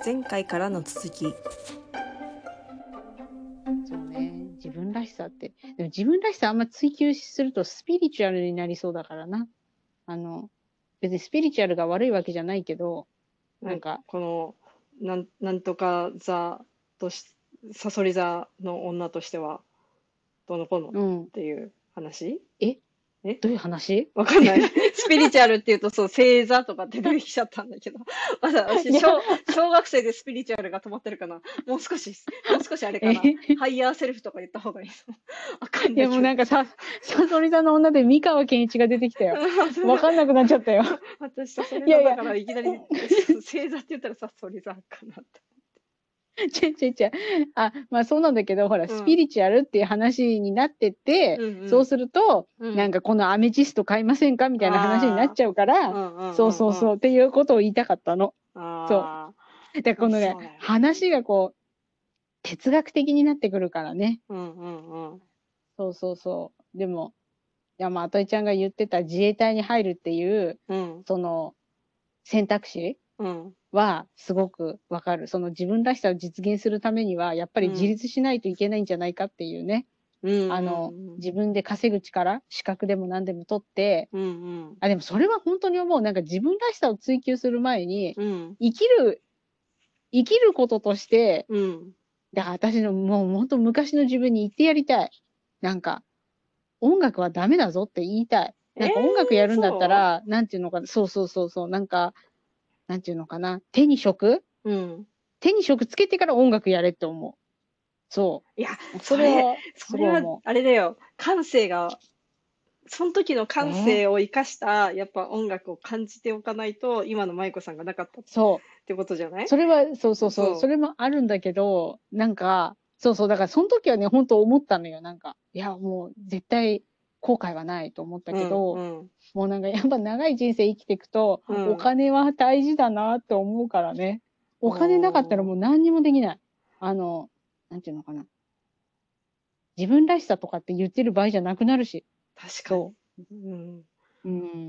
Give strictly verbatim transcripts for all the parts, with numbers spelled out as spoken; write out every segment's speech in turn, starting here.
前回からの続き。 そうね、自分らしさって。でも自分らしさあんま追求するとスピリチュアルになりそうだからな。あの、別にスピリチュアルが悪いわけじゃないけど、なんか、 このなん、なんとか座とし、さそり座の女としてはどうのこうのっうん。 ていう話。 ええどういう話わかんない。スピリチュアルって言うと、そう、星座とかって出てきちゃったんだけど。まだ私、 いや、 小、小学生でスピリチュアルが止まってるかな。もう少し、もう少しあれかえな。ハイヤーセルフとか言った方がいいの。わかんいやもうないけど。 なんかさ、さそり座の女で三河健一が出てきたよ。わかんなくなっちゃったよ。 私さ、それいやいや、 座だからいきなり星座って言ったらさ、そり座かなって。 ちぇちぇちぇ。あ、まあそうなんだけど、ほら、 うん。 スピリチュアルっていう話になってて、そううんすると、 うん。うん。 なんかこのアメジスト買いませんかみたいな話になっあちゃうかあ。うら、 んうんうんうん。 そうそうそう、っていうことを言いたかったの。そあう。で、 あ。まあこのね、 そうだよね。 話がこう、哲学的になってくるからね。 うんうんうん。 そうそうそう。でも、いや、まあ、あといちゃんが言ってた自衛隊に入るっていう、 うん。 その選択肢うん。 はすごくわかる。その自分らしさを実現するためには、やっぱり自うん。 立しないといけないんじゃないかっていうね。 うんうあの、 ん自分で稼ぐ力、資格でも何でも取って、 うん。うんうん。 あ、でもそれは本当に思う。なんか自分らしさを追求する前に、 うん。 生きる、生きることとして、 うん。 だから私のもう本当昔の自分に言ってやりたい。なんか、音楽はダメだぞって言いたい。 ええなんか音楽やー、 るんだったそら、なんていうのかな、そうそうそうそう、なんか、なんていうのかな、手に職う。うん。 手に職つけてから音楽やれって思う。そいや、 う。そそれ、 れは、 それは、 すごい思あれだよ。感性が、その時のう。 感えー、 性を生かした、やっぱ音楽を感じておかないと、今の舞子さんがなかったっそう。 てことじゃない？ それは、そうそうそう、そそれもあるんだけど、なんか、そうそう、だからその時はね、本当思ったのよ。なんか、いや、もう絶対後悔はないと思ったう。うんうけど、 ん。 もうなんかやっぱ長い人生生きていくと、おうん。 金は大事だなって思うからね。お金なかったらおー、 もう何にもできない。あの、なんていうのかな。自分らしさとかって言ってる場合じゃなくなるし。 確かに。 そうん。 う。うん。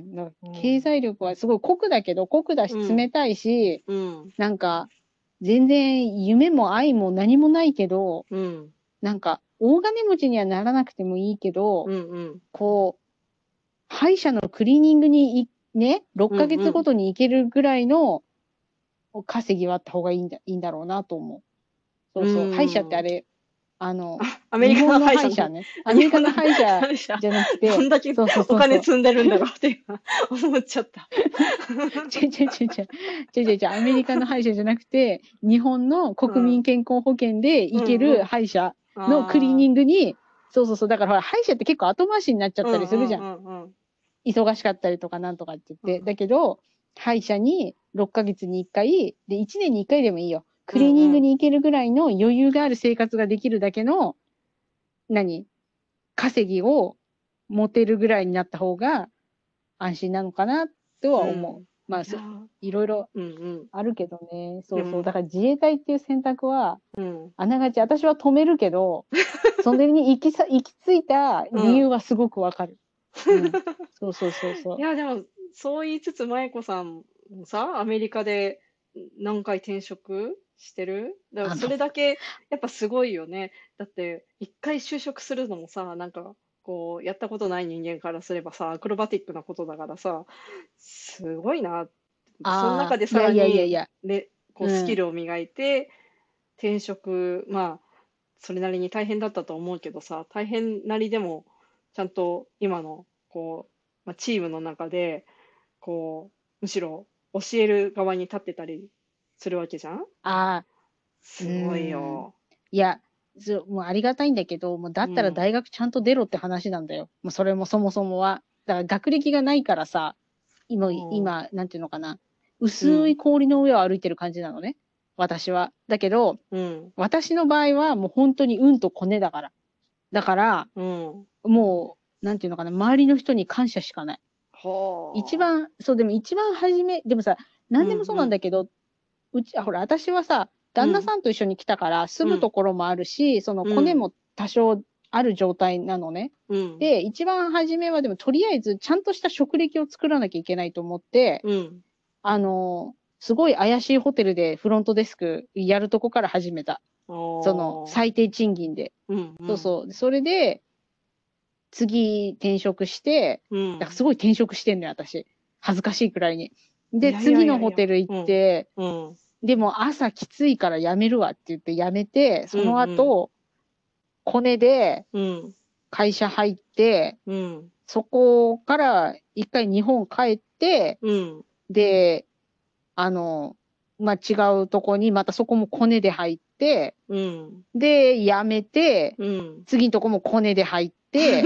だからうん。 経済力はすごい酷だけど、酷だしうん。 冷たいし、 うん。 なんか、全然夢も愛も何もないけど、 うん。 なんか、大金持ちにはならなくてもいいけど、 うん。うん。 こう、歯医者のクリーニングにい、ね、6 うん。 ヶ月ごうん。 とに行けるぐらいの稼ぎはあった方がいいんだ、いいんだろうなと思う。そううそう。歯医者ってあん。 れ、あの、 あ、アメリカの日本の歯医者の、 歯医者ね。アメリカの日本の歯医者歯医者、 じゃなくて、 どんだけそうそうおそうそう。 金積んでるんだろうって今思っちゃった。 ちょちょちょちょ、ちょちょちょ、アメリカの歯医者じゃなくて、日本の国民うん。 健康保険で行けるうんうん。 歯医者のクリーああ。 ニングに、そうそうそう、だからほら、歯医者って結構後回しになっちゃったりうんうんするじゃん。 うんうん。 忙しかったりとかなんとかって言って。 うんだけど、歯医者にろっかげつにいっかい、で、いちねんにいっかいでもいいよ。クリーニンうんうん。 グに行けるぐらいの余裕がある生活ができるだけの、何稼ぎを持てるぐらいになった方が安心なのかなとは思う。 うん。 まあ、 いやそいろいろー、うんあるけどね。 うん。 そうそう。だうん。 から自衛隊っていう選択は、 うん。 あながち私は止めるけど、それに行きさ、行き着いた理由うん。 はすごくわかる。うん。そうそうそうそいや、でも、そう言いつつ、舞子さんもさ、アメリカで何回転職してるだかう。 らそあの、 れだけ、やっぱすごいよね。だって、一回就職するのもさ、なんか、こう、やったことない人間からすればさ、アクロバティックなことだからさ、すごいな。そのああ、 中でさいやいやいやいらに、 や。 ね、こう、スキうん。 ルを磨いて、転職、まあ、それなりに大変だったと思うけどさ、大変なりでも、ちゃんと今の、こう、まあ、チームの中で、こう、むしろ教える側に立ってたりするわけじゃん。 ああ、うすごいーん。 よ。 いや、ずもうありがたいんだけど、もうだったらうん。 大学ちゃんと出ろって話なんだよ。もうそれもそもそもは。だから学歴がないからさ、今、 うん。 今、なんていうのかな。 うん。 薄い氷の上を歩いてる感じなのね。私は。だけど、 うん。 私の場合はもう本当に運とコネだから。だから、 うん。 もう、なんていうのかな。周りの人に感謝しかない。一はあ。 番、そう、でも一番初め、でもさ、 うん。 何でもそううん。 なんだけど、うち、あ、ほら、私はさ、旦那うん。 さんと一緒に来たから、住むとうん。 ころもあるし、そのうん。 コネも多少ある状態なのね。 うん。 で、一番初めはでも、とりあえず、ちゃんとした職歴を作らなきゃいけないと思って、 うん。 あの、 すごい怪しいホテルでフロントデスクやるとこから始めた。その、 おー。 最低賃金で。 うんうん。 そうそう。それで、次転職して、 うん。 だからすごい転職してんのよ、私。恥ずかしいくらいに。で、 いやいや次のいやいや。 ホテル行うん。 って、 うん。 でも朝きついから辞めるわって言って辞めて、 うそのんうん。 後、コネでうん。 会社入って、 うん。 そこから一回日本帰って、 うん。 で、あの、まあ、違うとこにまたそこもコネで入って、 うん。 で、辞めて、 うん。 次のとこもコネで入って、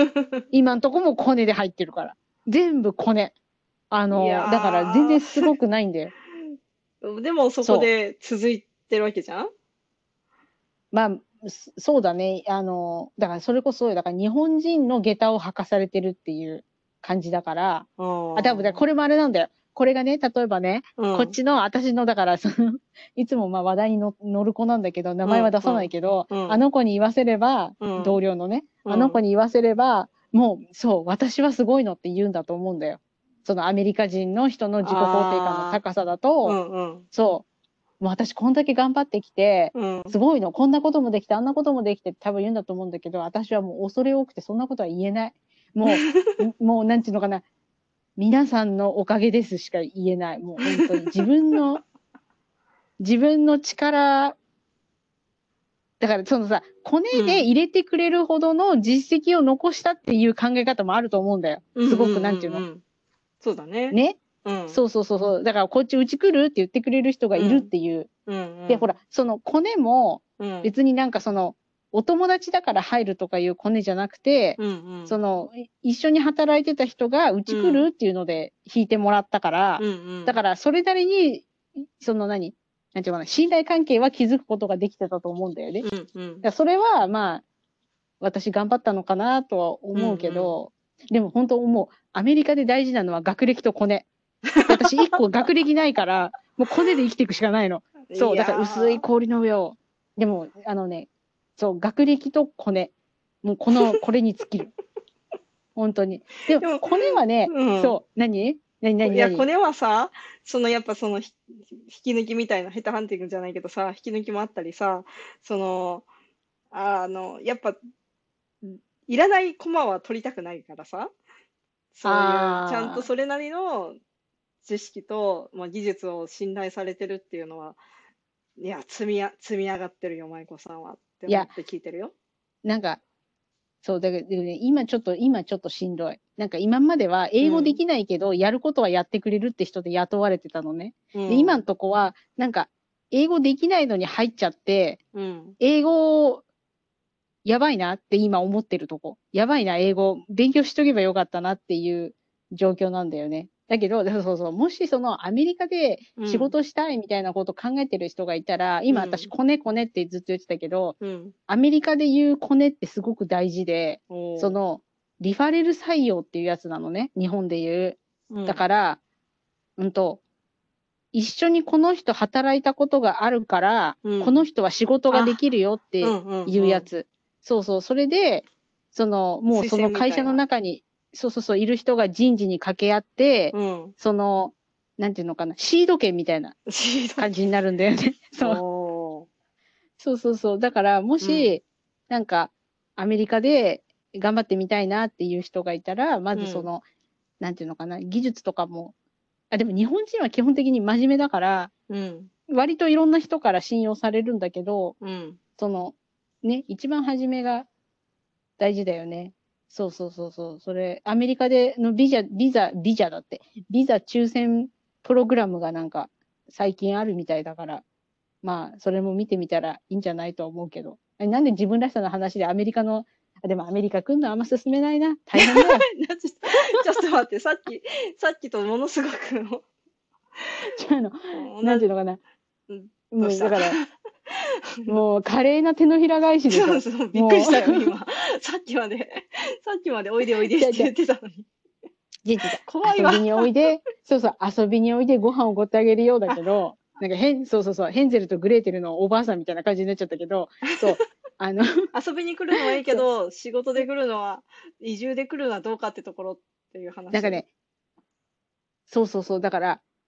今のとこもコネで入ってるから。全部コネ。あいの、だから全や然すごくないんだよ。 ー、でもそこそう。 で続いてるわけじゃん。 まあ、そそうだね。あの、だからそれこそ、だから日本人の下駄を履かされてるっていう感じだから、 ああ、多分だ、 あ。 これもあれなんだよ。これがね、例えばね、 うん。 こっちの、私の、だから、その、いつもまあ話題にの乗る子なんだけど、名うん。 前は出さないうん。 けど、 うん。 あの子に言わせれば、 うん。 同僚のね、あの子うん。 に言わせれば、もう、そう、私はすごいのって言うんだと思うんだよ。そのアメリカ人の人の自己肯定感のああ。 高さだうと、 んうん。 そう、もう私こんだけ頑張ってきて、 うん。 すごいの、こんなこともできて、あんなこともできてって多分言うんだと思うんだけど、私はもう恐れ多くてそんなことは言えない。もう、もうなんていうのかな、皆さんのおかげですしか言えない。もう本当に自分の、自分の力、だからそのさ、コネでうん。 入れてくれるほどの実績を残したっていう考え方もあると思うんだよ。 うんうんすごくなんていうの。 うんうん。そうだね。 ね。 うん。 そうそうそうそう。だからこっちうち来るって言ってくれる人がいるっうん。 ていう。 うんうで、ほん。 ら、そのコネもうん。 別になんかその、お友達だから入るとかいうコネじゃなくて、 うんうん。 その、い一緒に働いてた人がうち来うん。 るっていうので引いてもらったから、 うんうん。 だからそれなりに、その何なんていうかな、信頼関係は築くことができてたと思うんだよね。 うんうん。 だからそれはまあ、私頑張ったのかなとはうん思うけうん。 ど、でも本当思う。アメリカで大事なのは学歴とコネ。で、私一個学歴ないから、もうコネで生きていくしかないの。 いそう、だから薄いや氷の上を。でも、あのね、そう、学歴とコネ。もうこの、これに尽きる。本当に。でー、 も、 でも、 コネはね、 うん。 そう、何何何いや、こ何れはさ、そのやっぱそのひ引き抜きみたいな、ヘッドハンティングじゃないけどさ、引き抜きもあったりさ、その、あの、やっぱ、いらない駒は取りたくないからさ、そういう、ちゃんとああ、 それなりの知識と、まあ、技術を信頼されてるっていうのは、いや、積みや、積み上がってるよ、舞子さんはっていや、 思って聞いてるよ。 なんか、そう、だけどね、今ちょっと、今ちょっとしんどい。なんか今まではうん、 英語できないけど、やることはやってくれるって人で雇われてたのね。で、今のうん、 とこは、なんか、英語できないのに入っちゃって、 うん、 英語、やばいなって今思ってるとこ。やばいな、英語、勉強しとけばよかったなっていう状況なんだよね。だけど、そうそうそう、もしそのアメリカで仕うん、 事したいみたいなこと考えてる人がいたら、今私、 うん、 コネコネってずっと言ってたけど、 うん。 アメリカで言うコネってすごく大事で、そおー、 の、リファレル採用っていうやつなのね。日本で言う。 うん、 だから、うんと、一緒にこの人働いたことがあるから、 うん。 この人は仕事がであ、 きるよってうん、うん、うん。 いうやつ。そうそう。それで、その、もう推薦その会社のみたいな。 中に、そうそうそう、いる人が人事に掛け合って、 うん。 その、なんていうのかな、シード権みたいなシード系。 感じになるんだよね。そう。 おー。 そうそうそう。だから、もうん、 し、なんか、アメリカで頑張ってみたいなっていう人がいたら、まうん、 ずその、なんていうのかな、技術とかも、あ、でも日本人は基本的に真面目だから、 うん、 割といろんな人から信用されるんだけど、 うん。 その、ね、一番初めが大事だよね。そうそうそうそう。それ、アメリカでのビザ、ビザ、ビザだって。ビザ抽選プログラムがなんか最近あるみたいだから、まあ、それも見てみたらいいんじゃないと思うけど。なんで自分らしさの話でアメリカの、あ、でもアメリカ来んのあんま進めないな。大変だよ。 なちょちょっと待って、さっき、さっきとものすごくも違うの。 う、同じ、 なんていうのかな。 うんどうもう、だしたから、もう、華麗な手のひら返しでしょ。 そうそう、びっくりもう、 したよ、今。さっきまで、さっきまでおいでおいでってじゃじゃ言ってたのに。 じゃじゃ怖いわ。 遊びにおいで、そうそう、遊びにおいでご飯をおごってあげるようだけど、なんか変、そうそうそう、ヘンゼルとグレーテルのおばあさんみたいな感じになっちゃったけど、そう、あの、 遊びに来るのはいいけそう、 ど、仕事で来るのは、移住で来るのはどうかってところっていう話。 なんかね、そうそうそう、だから、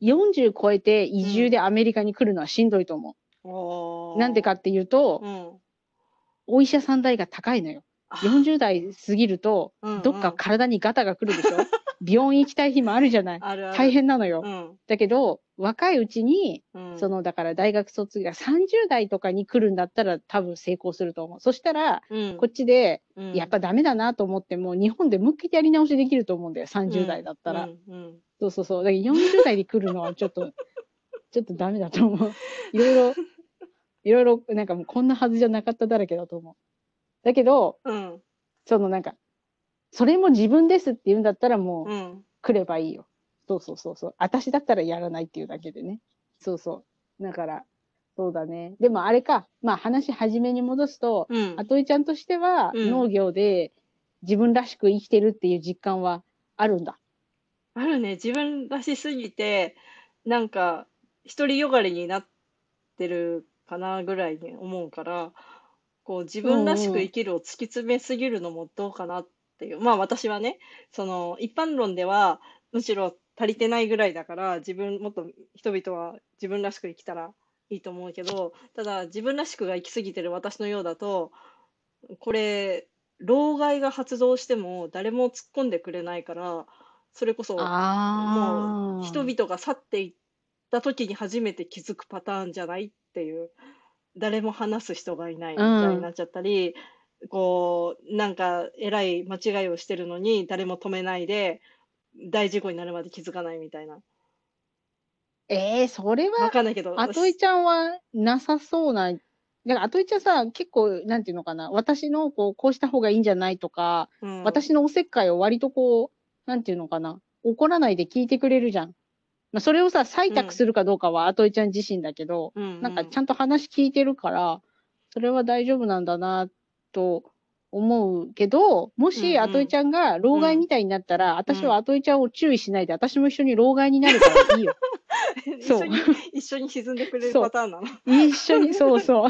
よんじゅう超えて移うん。 住でアメリカに来るのはしんどいと思う。なんでかおっていうと、 ー。うん。 お医者さん代が高いのよ。 あ、 よんじゅう代過ぎると、 うんどっかうん。 体にガタが来るでしょ。病院行きたい日もあるじゃない。大あるある。 変なのよ。 うん。 だけど、若いうちに、 うん。 その、だから大学卒業、さんじゅう代とかに来るんだったら多分成功すると思う。そしたら、 うん。 こっちで、やっうん。 ぱダメだなと思っても、日本でもう一回やり直しできると思うんだよ。 うさんじゅう代ん。 だったら。 うん。うん。 そうそうそう。だからよんじゅう代で来るのはちょっと、ちょっとダメだと思う。いろいろ、いろいろ、なんかもうこんなはずじゃなかっただらけだと思う。だけど、 うん。 そのなんか、それも自分ですって言うんだったらもううん。 来ればいいよ。そうそうそうそう。私だったらやらないっていうだけでね。そうそう。だから、そうだね。でもあれか。まあ話初めに戻すと、 うん。 あといちゃんとしてはうん。 農業で自分らしく生きてるっていう実感はあるんだ。 あるね。自分らしすぎて、なんか、独りよがりになってるかなぐらいに思うから、こう、自う分らしくんうん。 生きるを突き詰めすぎるのもどうかなっていう。まあ私はね、その、一般論では、むしろ足りてないぐらいだから、自分、もっと人々は自分らしく生きたらいいと思うけど、ただ自分らしくが行き過ぎてる私のようだと、これ、老害が発動しても誰も突っ込んでくれないから、それこそ、もう人あ 々が去っていった時に初めて気づくパターンじゃないっていう、誰も話す人がいないあ、うん。 みたいになっちゃったり、こう、なんか偉い間違いをしてるのに誰も止めないで、大事故になるまで気づかないみたいな。 ええー、それは、 わかんないけど、しあといちゃんはなさそうな、だからあといちゃんさ、結構、なんていうのかな、私のこう、こうした方がいいんじゃないとか、 うん、 私のおせっかいを割とこう、なんていうのかな、怒らないで聞いてくれるじゃん。まあ、それをさ、採うん、 択するかどうかはあといちゃん自身だけど、 うん、 なんかうん、 ちゃんと話聞いてるから、それは大丈夫なんだな、と思うけど、もうしあといん、 ちゃんが老うん、うん、 害みたいになったら、私はうん。 あといちゃんを注意しないで、私も一緒に老害になるからいいよ。 一緒そう。 に、一緒に沈んでくれるそう。 パターンなの。 一緒に、そうそう。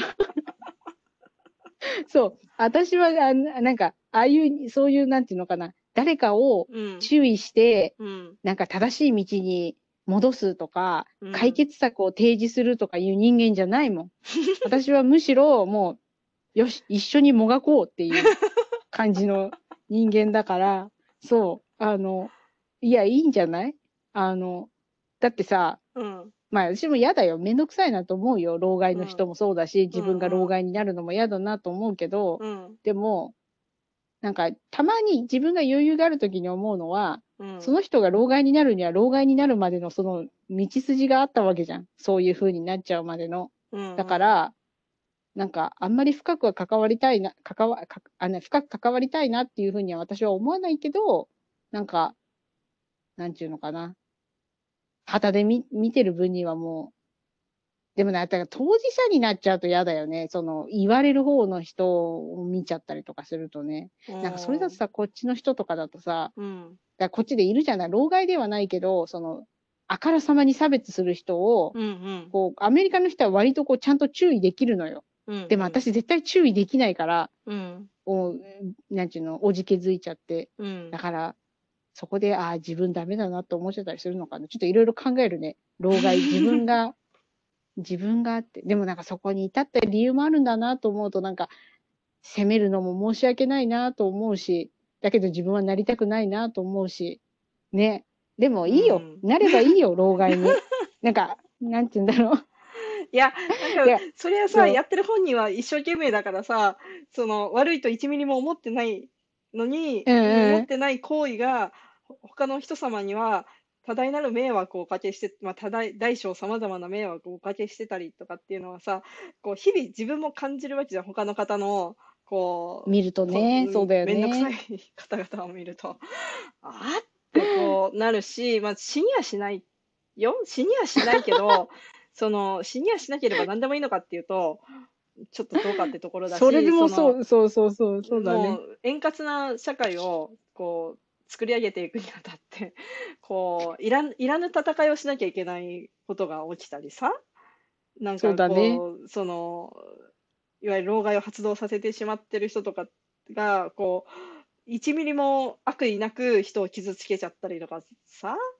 そう。私は、あなんか、ああいう、そういう、なんていうのかな。誰かをうん、 注意して、 うん、 なんか正しい道に戻すとか、解うん。 決策を提示するとかいう人間じゃないもん。私はむしろ、もう、よし、一緒にもがこうっていう感じの人間だから、そう、あの、いや、いいんじゃないあの、だってさ、 うん、 まあ私も嫌だよ。めんどくさいなと思うよ。老害うん、 の人もそうだし、 うん、 自分が老うん、 害になるのも嫌だなと思うけど、 うん、 でも、なんか、たまに自分が余裕がある時に思うのは、 うん、 その人が老害になるには、老害になるまでのその道筋があったわけじゃん。そういう風になっちゃうまでの。 うだかん、 ら、なんか、あんまり深くは関わりたいな、関わ、かあの、深く関わりたいなっていう風には私は思わないけど、なんか、なんていうのかな。旗で見、見てる分にはもう、でもね、だから当事者になっちゃうと嫌だよね。その、言われる方の人を見ちゃったりとかするとね。 うなんかそれだとん、 さ、こっちの人とかだとさ、 うん、 だからこっちでいるじゃない。老害ではないけど、その、あからさまに差別する人を、 うん、うん、 こう、アメリカの人は割とこう、ちゃんと注意できるのよ。 うん、 でも私絶対注意できないから、 うん、 おなんちゅうの、おじけづいちゃって。 うん。 だから、そこで、ああ、自分ダメだなって思っちゃったりするのかな。ちょっといろいろ考えるね。老害、自分が自分があって、でもなんかそこに至った理由もあるんだなと思うと、なんか責めるのも申し訳ないなと思うし、だけど自分はなりたくないなと思うし、ね。でもういいよ。 ん。 なればいいよ、老害に。なんか、なんて言うんだろう。 いや、なんか、 で、 それはさ、 そう、 やってる本人は一生懸命だからさ、その、悪いといちミリも思ってないのに、 うん思うん。 ってない行為が、ほ他の人様には多大なる迷惑をおかけして、まあ、多大、大小様々な迷惑をおかけしてたりとかっていうのはさ、こう、日々自分も感じるわけじゃん。他の方の、こ見るとう、こ、 ね、 うん、 そうだよめんどくさね。 い方々を見ると、あーってこうなるし、まあ、死にはしないよ。死にはしないけど、その、死にはしなければ何でもいいのかっていうと、ちょっとどうかってところだそれでし、その、 もそう、そうそうそう、そうだね。 もう円滑な社会をこう作り上げていくにあたって、こういらん、いらぬ戦いをしなきゃいけないことが起きたりさ、なんそうかだね。 こう、その、いわゆる老害を発動させてしまってる人とかが、こう、いちミリも悪意なく人を傷つけちゃったりとかさ、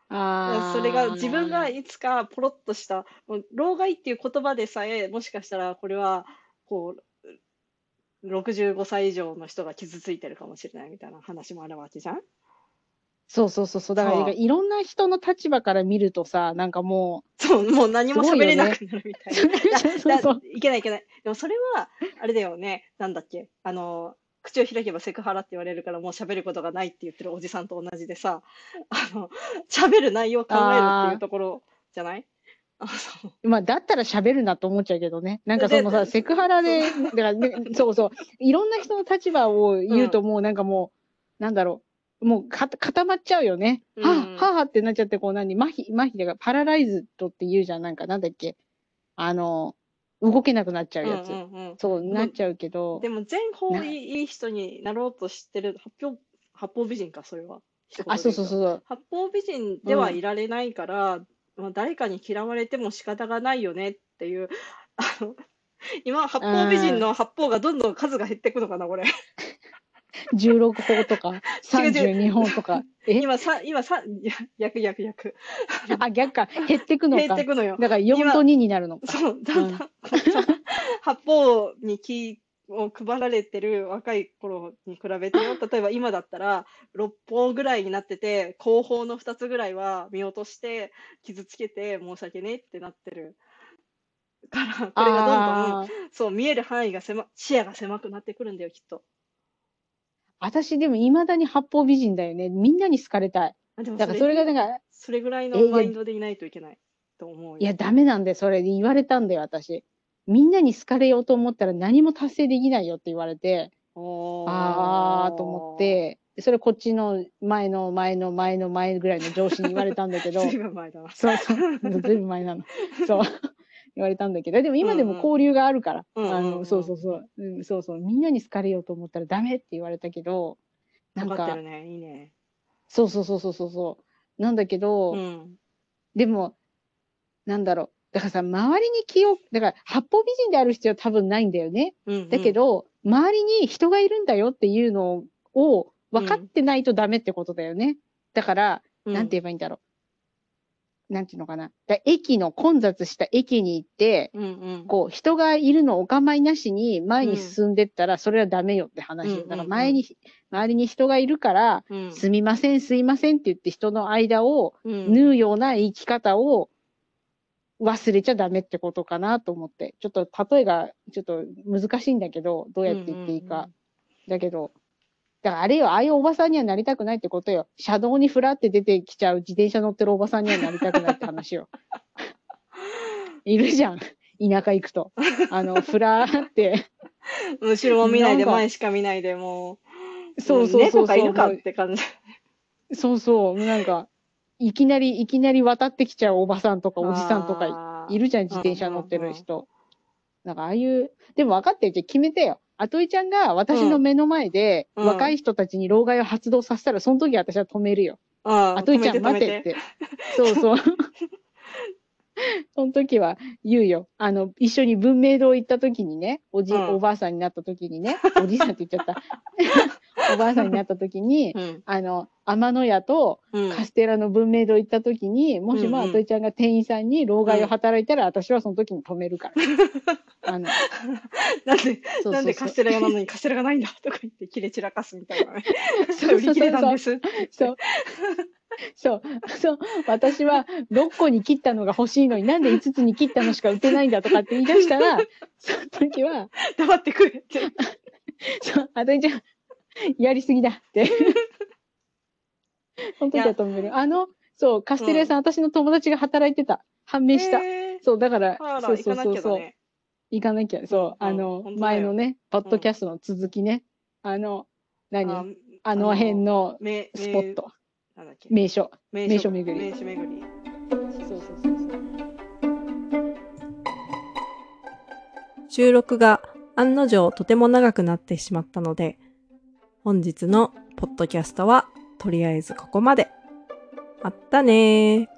それが自分があいつかポロッとした、もう老害っていう言葉でさえ、もしかしたらこれは、こう、ろくじゅうごさい以上の人が傷ついてるかもしれないみたいな話もあるわけじゃん。 そうそうそうそう。だから、 そう。 いろんな人の立場から見るとさ、なんかもそう、もうう、す何もごいよね。 喋れなくなるみたいな。だ、だ、 そうそう。 いけないいけない。でもそれは、あれだよね。なんだっけ。あの、口を開けばセクハラって言われるからもう喋ることがないって言ってるおじさんと同じでさ、あの、喋る内容を考えるっていうあところじゃない？あ、そあ、まあ、だったら喋るなと思っちゃうけどね。なんう。で、 かそのさ、 で、 セクハラそう、 で、だからね、そうそう。いろんな人の立場をうん、 言うともうなんかもう、なんだろう。もうか固まっちゃうよね。 うん、 はぁ、 うん、 はぁってなっちゃって、こう何、麻痺、麻痺だから、パラライズドって言うじゃん。なんか、なんだっけ。あの、動けなくなっちゃううん、 やつ。 うん。うん。 そう、 でも、 なっちゃうけど、 でも全方な、 位いい人になろうとしてる、八方、八方美人か、それは。一あ、 言で言うと。 そうそうそうそう。 八方美人ではうん。 いられないから、まあ、誰かに嫌われても仕方がないよねっていう、あの、今、八う方美人ん。 の八方がどんどん数が減っていくのかな、これ。 じゅうろく法とか、 違う違さんじゅうに法とか。 う。 え今さ、今さ、いや逆逆逆。あのあ、逆か。減ってくのか。 減っていくのよ。 だからよんと今、 にになるのか。 そう、だうん。 んだん、こうちゃんと八方に気を配られてる若い頃に比べてよ、例えば今だったらろっぽうぐらいになってて、後方のふたつぐらいは見落として傷つけて申し訳ねってなってるから、これがどんどん、 ああ、 そう、見える範囲が狭、視野が狭くなってくるんだよ、きっと。 私でも未だに八方美人だよね。みんなに好かれたい。 あ、でもだからそれそれでいい、 がなんか、 それぐらいのえ、いや、 マインドでいないといけないと思ういや、 よ。 ダメなんだよ。それで言われたんだよ、私。みんなに好かれようと思ったら何も達成できないよって言われて、あーと思っおー。 て、それこっちの前の前の前の前ぐらいの上司に言われたんだけずいど、 ぶん前だな。 そうそう、ずいぶん前なの。そう。言われたんだけど、でも今でもうんうん。 交流があるから、 うんうあの、そうんうん。 そうそう、うん、そうそう、みんなに好かれようと思ったらダメって言われたけど、な分かってるんか、 ね。いいね。 そうそうそうそうそうそう、なんだけど、 うん。 でも、なんだろう。だからさ、周りに気を、だから八方美人である必要は多分ないんだよね。 うんだけど、周りに人がいるんだよっていうのをうん。うん。 分かってないとダメってことだよね。だから、なんてうん。 言えばいいんだろう。なんていうのかな。だ駅の混雑した駅に行って、 うんうん。 こう、人がいるのお構いなしに前にうん。 進んでったら、それはダメよってうん話よ。だからうん。 前に、周りに人がいるから、 うん。 すみません、すいませんって言って人の間をうん。 縫うような生き方を忘れちゃダメってことかなと思って。ちょっと例えがちょっと難しいんだけど、どううんうやって言っていいか。 ん。 だけど、だからあれよ、ああいうおばさんにはなりたくないってことよ。車道にふらって出てきちゃう自転車乗ってるおばさんにはなりたくないって話よ。いるじゃん。田舎行くと。あの、ふらーって、 後ろも見ないでなんか、 前しか見ないでもう、もうそうそうそ猫かうそう、 犬かもう、 って感じ。 そうそう、なんか、いきなり、いきなり渡ってきちゃうおばさんとかおじさんとかいあるじゃん、自あ、うんう転車乗ってるんうん。 人。なんかああいう、でも分かってるじゃん、決めてよ。あといちゃんがうん、 私の目の前でうん。 若い人たちに老害を発動させたら、その時私は止めるよ。 ああ、止めあといちゃんて止めて。 待てって。そうそう。その時は言うよ。あの、一緒に文明堂行った時にね、おじ、おうん。 ばあさんになった時にね、おじいさんって言っちゃった。おばあさんになった時に、 うん。 あの、天野屋とうん。 カステラの文明堂行った時に、もうんしもうん。 あといちゃんが店員さんに老害をうん。 働いたら、私はその時に止めるから。あの、 なんで、なんでカスそうそうそう。 テラ屋なのにカステラがないんだとか言って切れ散らかすみたいなね。 そう売り切れそうそうそう。 なんですって言って。 そう、そう、そう、私はろっこに切ったのが欲しいのになんでいつつに切ったのしか売ってないんだとかって言い出したら、その時は、 黙ってくれって。 そう、あといちゃん、やりすぎだって。そのいや、 時は止める。あの、そう、カスうん。 テラ屋さん、私の友達が働いてた。判明した。 えー、 そう、だから、 あら、 そうそう行かなそうそう。 きゃだね。 行かなきゃ。 うん、 そう、 うん、 あの、 本当だよ。 前のね、ポッうん。 ドキャストの続きね。あの、 あ、 何あの辺あの、 のめ、め、 スポット。 なんだっけ。 名所。名名所、 所巡り。 名所巡り。そうそうそう。 そうそうそう。 収録が案の定とても長くなってしまったので、本日のポッドキャストはとりあえずここまで。あったねー。